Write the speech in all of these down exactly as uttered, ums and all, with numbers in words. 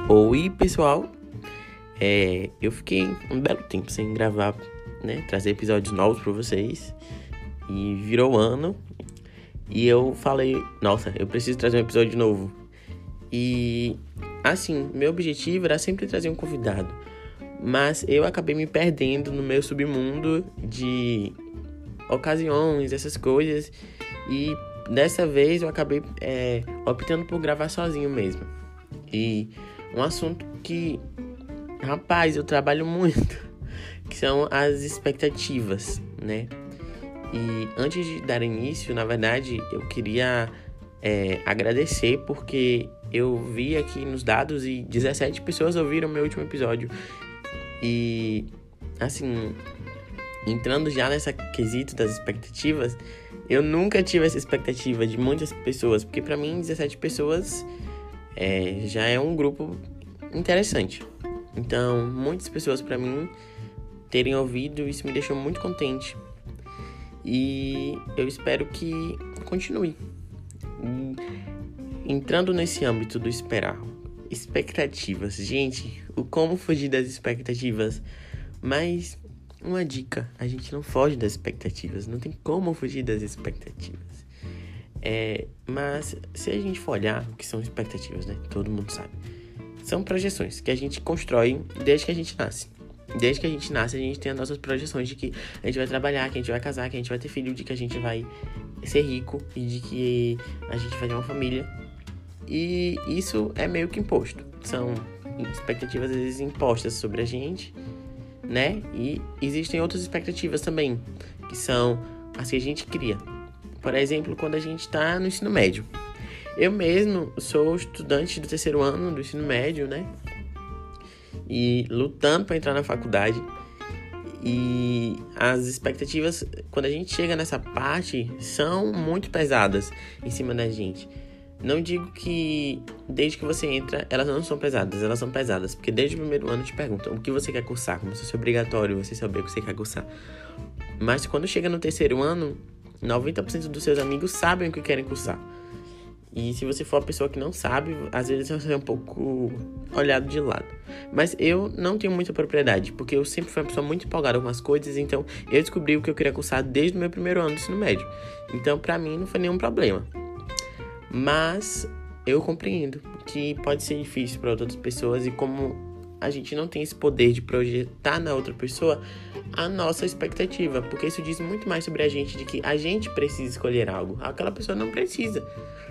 Oi, pessoal. É, eu fiquei um belo tempo sem gravar, né? Trazer episódios novos pra vocês. E virou ano. E eu falei, nossa, eu preciso trazer um episódio novo. E, assim, meu objetivo era sempre trazer um convidado. Mas eu acabei me perdendo no meu submundo de ocasiões, essas coisas. E dessa vez eu acabei é, optando por gravar sozinho mesmo. E um assunto que, rapaz, eu trabalho muito, que são as expectativas, né? E antes de dar início, na verdade, eu queria é, agradecer, porque eu vi aqui nos dados e dezessete pessoas ouviram meu último episódio. E, assim, entrando já nessa quesito das expectativas, eu nunca tive essa expectativa de muitas pessoas, porque pra mim dezessete pessoas é, já é um grupo interessante. Então, muitas pessoas pra mim terem ouvido, isso me deixou muito contente. E eu espero que continue. E, entrando nesse âmbito do esperar, expectativas. Gente, o como fugir das expectativas. Mas uma dica, a gente não foge das expectativas. Não tem como fugir das expectativas. É, mas se a gente for olhar o que são expectativas, né? Todo mundo sabe. São projeções que a gente constrói desde que a gente nasce. Desde que a gente nasce, a gente tem as nossas projeções de que a gente vai trabalhar, que a gente vai casar, que a gente vai ter filho, de que a gente vai ser rico e de que a gente vai ter uma família. E isso é meio que imposto. São expectativas, às vezes, impostas sobre a gente, né? E existem outras expectativas também, que são as que a gente cria. Por exemplo, quando a gente está no ensino médio. Eu mesmo sou estudante do terceiro ano do ensino médio, né? E lutando para entrar na faculdade. E as expectativas, quando a gente chega nessa parte, são muito pesadas em cima da gente. Não digo que desde que você entra, elas não são pesadas, elas são pesadas. Porque desde o primeiro ano te perguntam o que você quer cursar, como se fosse obrigatório você saber o que você quer cursar. Mas quando chega no terceiro ano, noventa por cento dos seus amigos sabem o que querem cursar. E se você for uma pessoa que não sabe, às vezes você é um pouco olhado de lado. Mas eu não tenho muita propriedade, porque eu sempre fui uma pessoa muito empolgada com as coisas. Então eu descobri o que eu queria cursar desde o meu primeiro ano do ensino médio. Então pra mim não foi nenhum problema. Mas eu compreendo que pode ser difícil para outras pessoas. E como a gente não tem esse poder de projetar na outra pessoa a nossa expectativa, porque isso diz muito mais sobre a gente, de que a gente precisa escolher algo, aquela pessoa não precisa.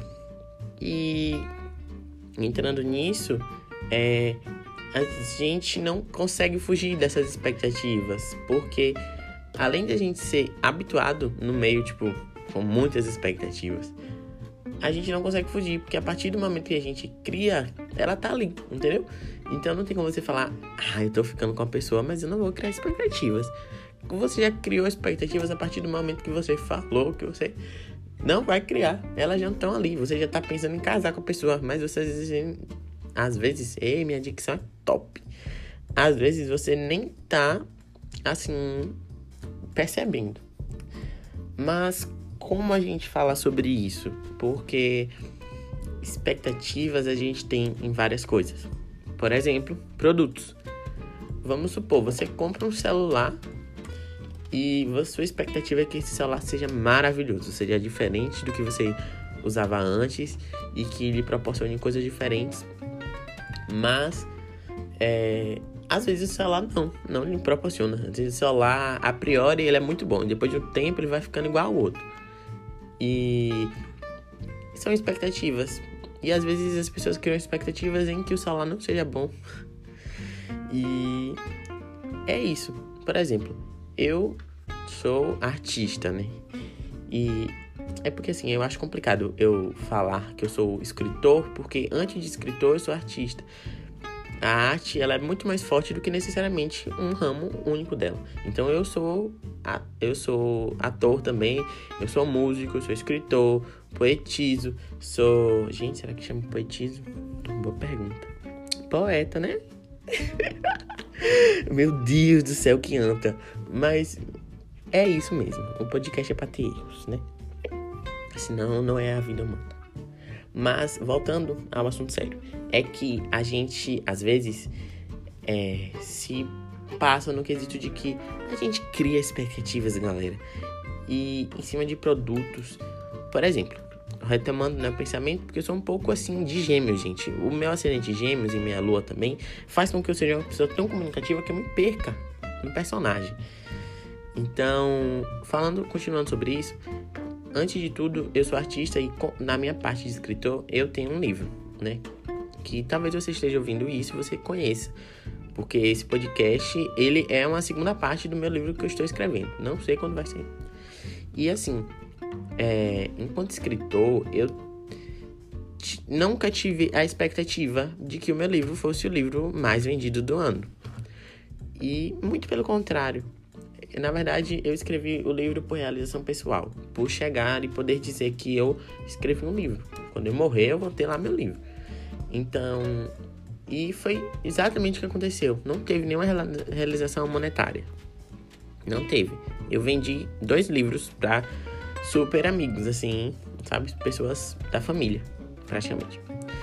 E entrando nisso, é, a gente não consegue fugir dessas expectativas, porque além de a gente ser habituado no meio, tipo, com muitas expectativas, a gente não consegue fugir, porque a partir do momento que a gente cria, ela tá ali, entendeu? Então não tem como você falar, ah, eu tô ficando com a pessoa, mas eu não vou criar expectativas. Você já criou expectativas a partir do momento que você falou que você não vai criar, elas já estão ali. Você já tá pensando em casar com a pessoa, mas você às vezes, às vezes, ei, minha dicção é top. Às vezes você nem tá, assim, percebendo. Mas como a gente fala sobre isso? Porque expectativas a gente tem em várias coisas. Por exemplo, produtos. Vamos supor, você compra um celular e a sua expectativa é que esse celular seja maravilhoso, seja diferente do que você usava antes e que lhe proporcione coisas diferentes. Mas, é, às vezes o celular não, não lhe proporciona. Às vezes o celular, a priori, ele é muito bom. Depois de um tempo, ele vai ficando igual ao outro. E são expectativas. E às vezes as pessoas criam expectativas em que o celular não seja bom. E é isso. Por exemplo, eu sou artista, né? E é porque assim, eu acho complicado eu falar que eu sou escritor, porque antes de escritor eu sou artista. A arte, ela é muito mais forte do que necessariamente um ramo único dela. Então eu sou, eu sou ator também, eu sou músico, eu sou escritor, poetizo, sou... Gente, será que chama poetizo? Boa pergunta. Poeta, né? Meu Deus do céu, que anta. Mas é isso mesmo. O podcast é pra ter erros, né? Senão não é a vida humana. Mas, voltando ao assunto sério, é que a gente, às vezes, é, se passa no quesito de que a gente cria expectativas, galera. E em cima de produtos, por exemplo, retomando meu pensamento, porque eu sou um pouco assim de gêmeos, gente. O meu ascendente de gêmeos e minha lua também faz com que eu seja uma pessoa tão comunicativa que eu me perca no personagem. Então, falando, continuando sobre isso, antes de tudo, eu sou artista e na minha parte de escritor, eu tenho um livro, né? Que talvez você esteja ouvindo isso e você conheça. Porque esse podcast, ele é uma segunda parte do meu livro que eu estou escrevendo. Não sei quando vai ser. E assim, é, enquanto escritor, eu t- nunca tive a expectativa de que o meu livro fosse o livro mais vendido do ano. E muito pelo contrário. Na verdade, eu escrevi o livro por realização pessoal. Por chegar e poder dizer que eu escrevi um livro. Quando eu morrer, eu vou ter lá meu livro. Então, e foi exatamente o que aconteceu. Não teve nenhuma realização monetária. Não teve. Eu vendi dois livros pra super amigos, assim, sabe? Pessoas da família, praticamente.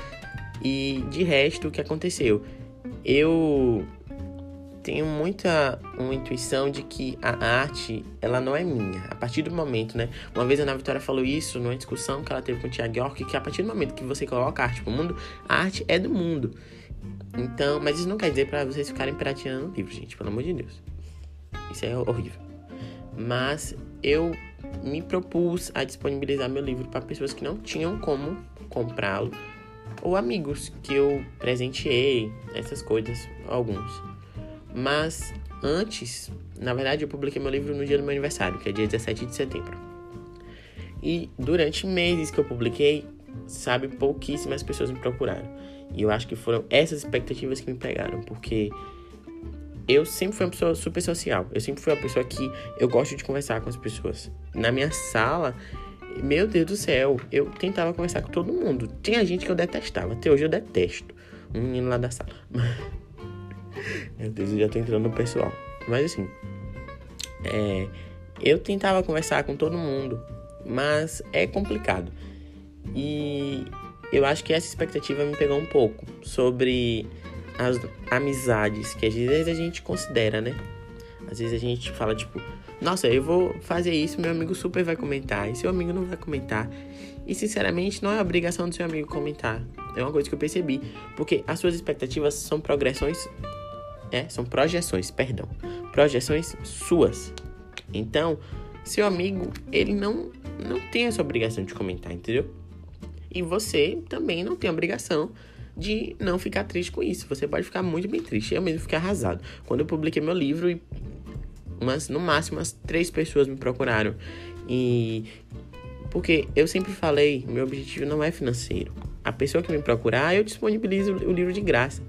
E de resto, o que aconteceu? Eu tenho muita uma intuição de que a arte, ela não é minha. A partir do momento, né? Uma vez a Ana Vitória falou isso numa discussão que ela teve com o Thiago York, que a partir do momento que você coloca a arte pro mundo, a arte é do mundo. Então, mas isso não quer dizer pra vocês ficarem pirateando o livro, gente, pelo amor de Deus. Isso é horrível. Mas eu me propus a disponibilizar meu livro para pessoas que não tinham como comprá-lo, ou amigos que eu presenteei, essas coisas, alguns. Mas antes, na verdade, eu publiquei meu livro no dia do meu aniversário, que é dia dezessete de setembro. E durante meses que eu publiquei, sabe, pouquíssimas pessoas me procuraram. E eu acho que foram essas expectativas que me pegaram, porque eu sempre fui uma pessoa super social. Eu sempre fui uma pessoa que eu gosto de conversar com as pessoas. Na minha sala, meu Deus do céu, eu tentava conversar com todo mundo. Tinha gente que eu detestava. Até hoje eu detesto. Um menino lá da sala. Meu Deus, eu já tô entrando no pessoal. Mas assim, é, eu tentava conversar com todo mundo. Mas é complicado. E eu acho que essa expectativa me pegou um pouco sobre as amizades que às vezes a gente considera, né? Às vezes a gente fala, tipo, nossa, eu vou fazer isso, meu amigo super vai comentar, e seu amigo não vai comentar. E, sinceramente, não é obrigação do seu amigo comentar. É uma coisa que eu percebi. Porque as suas expectativas são progressões... É, são projeções, perdão. Projeções suas. Então, seu amigo, ele não, não tem essa obrigação de comentar, entendeu? E você também não tem a obrigação de não ficar triste com isso. Você pode ficar muito bem triste. Eu mesmo fiquei arrasado. Quando eu publiquei meu livro, e umas, no máximo, umas três pessoas me procuraram. E... porque eu sempre falei, meu objetivo não é financeiro. A pessoa que me procurar, eu disponibilizo o livro de graça.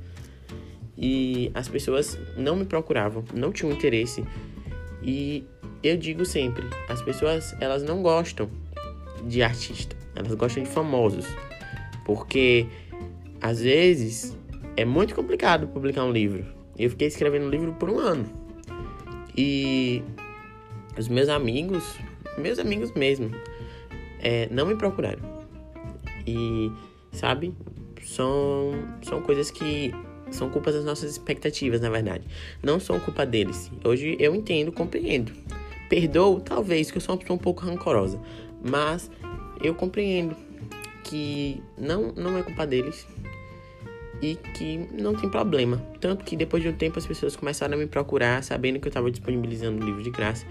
E as pessoas não me procuravam, não tinham interesse. E eu digo sempre, as pessoas, elas não gostam de artista. Elas gostam de famosos. Porque, às vezes, é muito complicado publicar um livro. Eu fiquei escrevendo um livro por um ano. E os meus amigos, meus amigos mesmo, é, não me procuraram. E, sabe, são, são coisas que são culpas das nossas expectativas, na verdade. Não são culpa deles. Hoje eu entendo, compreendo. Perdoo, talvez, que eu sou uma pessoa um pouco rancorosa. Mas eu compreendo que não, não é culpa deles. E que não tem problema. Tanto que depois de um tempo as pessoas começaram a me procurar, sabendo que eu estava disponibilizando o livro de graça.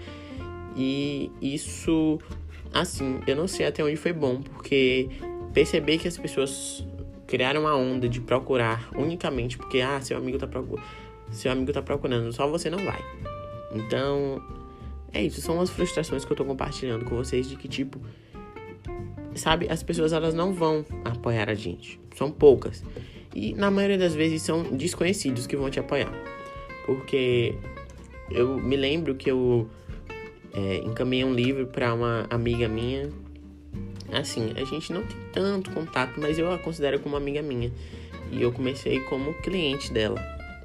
E isso, assim, eu não sei até onde foi bom, porque perceber que as pessoas criaram uma onda de procurar unicamente porque, ah, seu amigo tá procurando, seu amigo tá procurando, só você não vai. Então, é isso, são as frustrações que eu tô compartilhando com vocês, de que, tipo, sabe, as pessoas, elas não vão apoiar a gente. São poucas. E, na maioria das vezes, são desconhecidos que vão te apoiar. Porque eu me lembro que eu é, encaminhei um livro pra uma amiga minha. Assim, a gente não tem tanto contato, mas eu a considero como amiga minha. E eu comecei como cliente dela.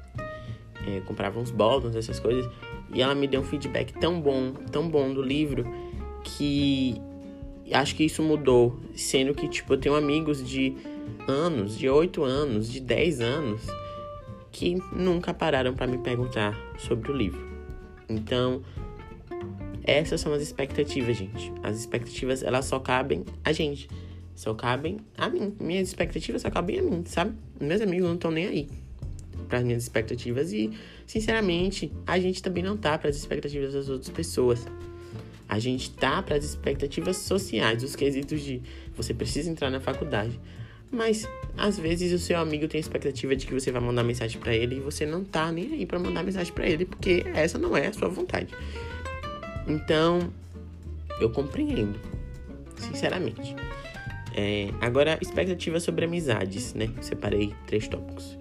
É, comprava uns bottoms, essas coisas. E ela me deu um feedback tão bom, tão bom do livro, que acho que isso mudou, sendo que, tipo, eu tenho amigos de anos, de oito anos, de dez anos, que nunca pararam para me perguntar sobre o livro. Então, essas são as expectativas, gente. As expectativas, elas só cabem a gente. Só cabem a mim. Minhas expectativas só cabem a mim, sabe? Meus amigos não estão nem aí para as minhas expectativas. E, sinceramente, a gente também não tá para as expectativas das outras pessoas. A gente tá para as expectativas sociais, os quesitos de você precisa entrar na faculdade. Mas, às vezes, o seu amigo tem a expectativa de que você vai mandar mensagem pra ele e você não tá nem aí pra mandar mensagem pra ele, porque essa não é a sua vontade. Então, eu compreendo, sinceramente. É, agora, expectativa sobre amizades, né? Separei três tópicos.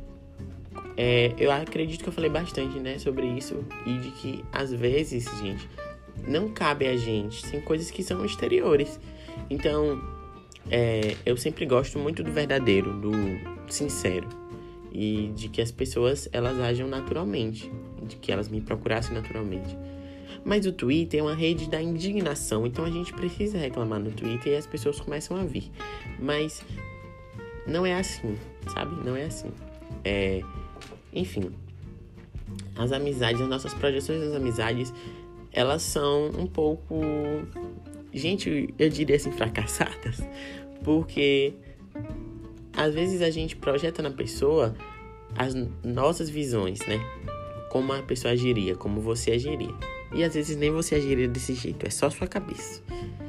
É, eu acredito que eu falei bastante, né, sobre isso e de que, às vezes, gente, não cabe a gente, tem coisas que são exteriores. Então... É, eu sempre gosto muito do verdadeiro, do sincero. E de que as pessoas, elas ajam naturalmente. De que elas me procurassem naturalmente. Mas o Twitter é uma rede da indignação. Então a gente precisa reclamar no Twitter e as pessoas começam a vir. Mas não é assim, sabe? Não é assim. É, enfim. As amizades, as nossas projeções das amizades, elas são um pouco... Gente, eu diria assim, fracassadas, porque às vezes a gente projeta na pessoa as nossas visões, né? Como a pessoa agiria, como você agiria. E às vezes nem você agiria desse jeito, é só sua cabeça.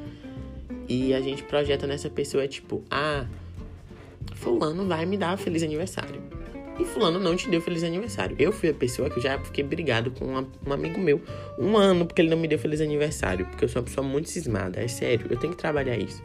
E a gente projeta nessa pessoa, tipo, ah, fulano vai me dar feliz aniversário. E fulano não te deu feliz aniversário. Eu fui a pessoa que já fiquei brigado com uma, um amigo meu. Um ano porque ele não me deu feliz aniversário. Porque eu sou uma pessoa muito cismada. É sério, eu tenho que trabalhar isso.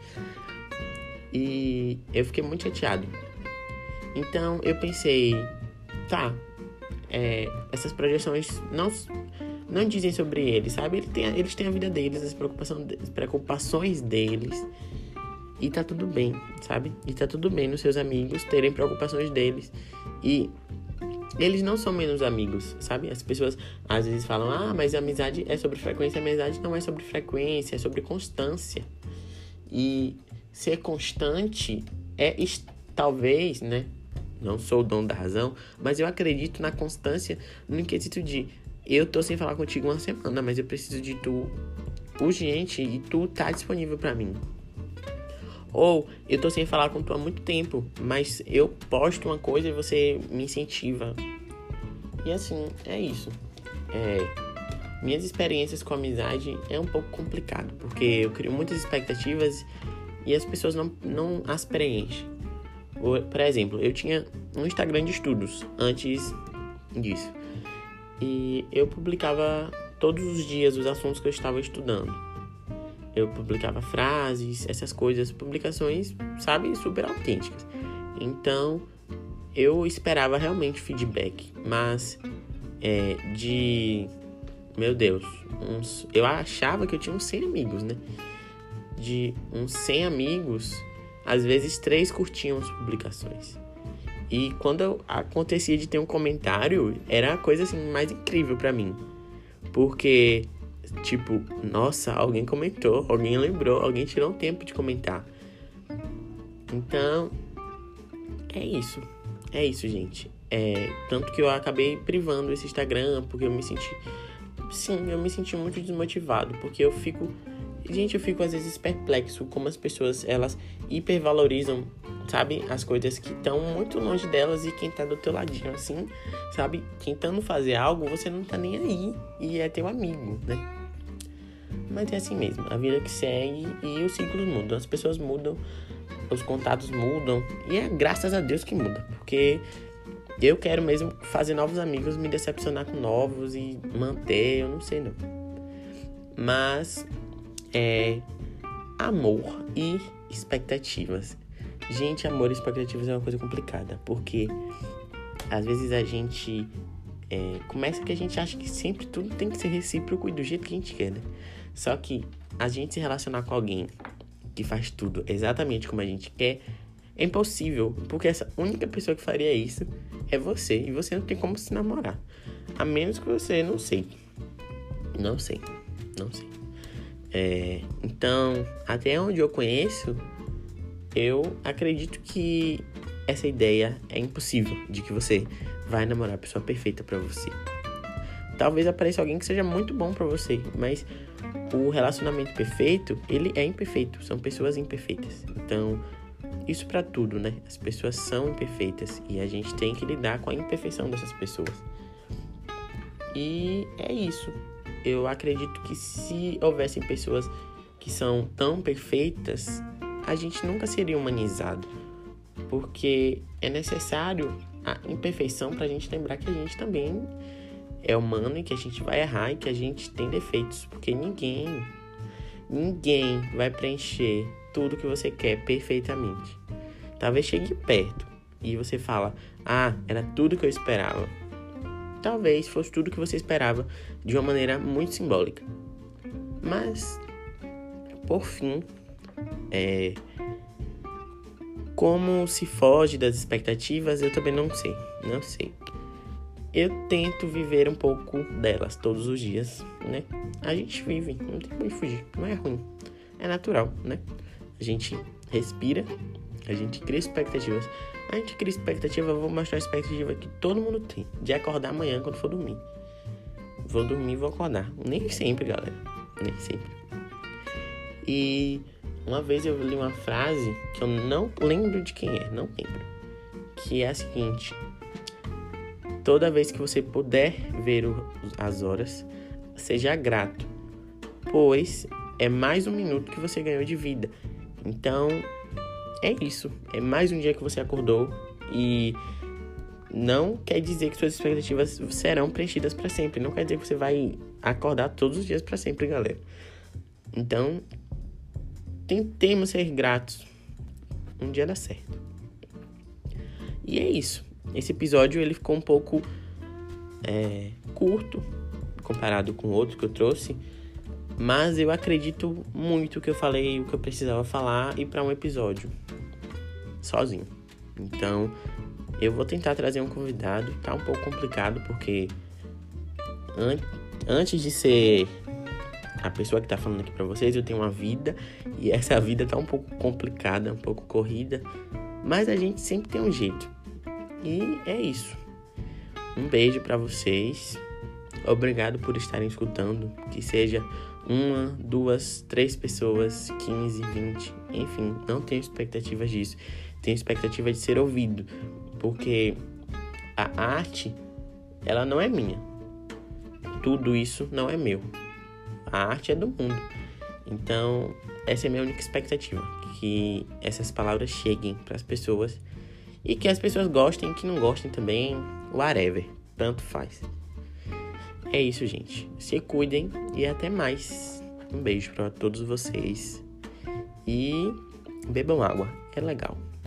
E eu fiquei muito chateado. Então eu pensei, tá, é, essas projeções não, não dizem sobre eles, sabe? Eles têm, eles têm a vida deles, as preocupações, as preocupações deles. E tá tudo bem, sabe? E tá tudo bem nos seus amigos terem preocupações deles. E eles não são menos amigos, sabe? As pessoas às vezes falam, ah, mas a amizade é sobre frequência. A amizade não é sobre frequência, é sobre constância. E ser constante é, talvez, né? Não sou o dono da razão, mas eu acredito na constância no quesito de eu tô sem falar contigo uma semana, mas eu preciso de tu urgente e tu tá disponível pra mim. Ou eu tô sem falar com tu há muito tempo, mas eu posto uma coisa e você me incentiva. E assim, é isso. É, minhas experiências com amizade é um pouco complicado, porque eu crio muitas expectativas e as pessoas não, não as preenchem. Por exemplo, eu tinha um Instagram de estudos antes disso. E eu publicava todos os dias os assuntos que eu estava estudando. Eu publicava frases, essas coisas, publicações, sabe, super autênticas. Então, eu esperava realmente feedback, mas é, de... Meu Deus, uns, eu achava que eu tinha uns cem amigos, né? De uns cem amigos, às vezes três curtiam as publicações. E quando acontecia de ter um comentário, era a coisa assim, mais incrível pra mim. Porque... Tipo, nossa, alguém comentou, alguém lembrou, alguém tirou um tempo de comentar. Então, é isso. É isso, gente. É, tanto que eu acabei privando esse Instagram, porque eu me senti... Sim, eu me senti muito desmotivado, porque eu fico... Gente, eu fico às vezes perplexo como as pessoas, elas hipervalorizam, sabe? As coisas que estão muito longe delas e quem tá do teu ladinho, assim, sabe? Tentando fazer algo, você não tá nem aí e é teu amigo, né? Mas é assim mesmo, a vida que segue e os ciclos mudam, as pessoas mudam, os contatos mudam e é graças a Deus que muda, porque eu quero mesmo fazer novos amigos, me decepcionar com novos e manter, eu não sei não. Mas é amor e expectativas. Gente, amor e expectativas é uma coisa complicada, porque às vezes a gente é, começa que a gente acha que sempre tudo tem que ser recíproco e do jeito que a gente quer, né? Só que a gente se relacionar com alguém que faz tudo exatamente como a gente quer é impossível, porque essa única pessoa que faria isso é você, e você não tem como se namorar, a menos que você, não sei, não sei, não sei. É, então, até onde eu conheço, eu acredito que essa ideia é impossível, de que você vai namorar a pessoa perfeita pra você. Talvez apareça alguém que seja muito bom pra você, mas o relacionamento perfeito, ele é imperfeito, são pessoas imperfeitas. Então, isso pra tudo, né? As pessoas são imperfeitas e a gente tem que lidar com a imperfeição dessas pessoas. E é isso. Eu acredito que se houvessem pessoas que são tão perfeitas, a gente nunca seria humanizado. Porque é necessário a imperfeição pra gente lembrar que a gente também é humano e que a gente vai errar e que a gente tem defeitos. Porque ninguém, ninguém vai preencher tudo que você quer perfeitamente. Talvez chegue perto e você fala, ah, era tudo que eu esperava. Talvez fosse tudo que você esperava de uma maneira muito simbólica. Mas, por fim, é, como se foge das expectativas, eu também não sei, não sei. Eu tento viver um pouco delas todos os dias, né? A gente vive, não tem como fugir, não é ruim, é natural, né? A gente respira, a gente cria expectativas. A gente cria expectativa, eu vou mostrar a expectativa que todo mundo tem, de acordar amanhã quando for dormir. Vou dormir e vou acordar. Nem sempre, galera, nem sempre. E uma vez eu li uma frase que eu não lembro de quem é, não lembro. Que é a seguinte: toda vez que você puder ver o, as horas, seja grato, pois é mais um minuto que você ganhou de vida. Então, é isso. É mais um dia que você acordou e não quer dizer que suas expectativas serão preenchidas para sempre. Não quer dizer que você vai acordar todos os dias para sempre, galera. Então, tentemos ser gratos. Um dia dá certo. E é isso. Esse episódio ele ficou um pouco é, curto comparado com o outro que eu trouxe, mas eu acredito muito que eu falei o que eu precisava falar e para um episódio sozinho. Então eu vou tentar trazer um convidado. Tá um pouco complicado porque an- antes de ser a pessoa que tá falando aqui para vocês, eu tenho uma vida e essa vida tá um pouco complicada, um pouco corrida, mas a gente sempre tem um jeito. E é isso. Um beijo pra vocês. Obrigado por estarem escutando. Que seja uma, duas, três pessoas, quinze, vinte. Enfim, não tenho expectativas disso. Tenho expectativa de ser ouvido. Porque a arte, ela não é minha. Tudo isso não é meu. A arte é do mundo. Então, essa é a minha única expectativa. Que essas palavras cheguem pras pessoas. E que as pessoas gostem, que não gostem também, whatever, tanto faz. É isso, gente. Se cuidem e até mais. Um beijo para todos vocês. E bebam água, é legal.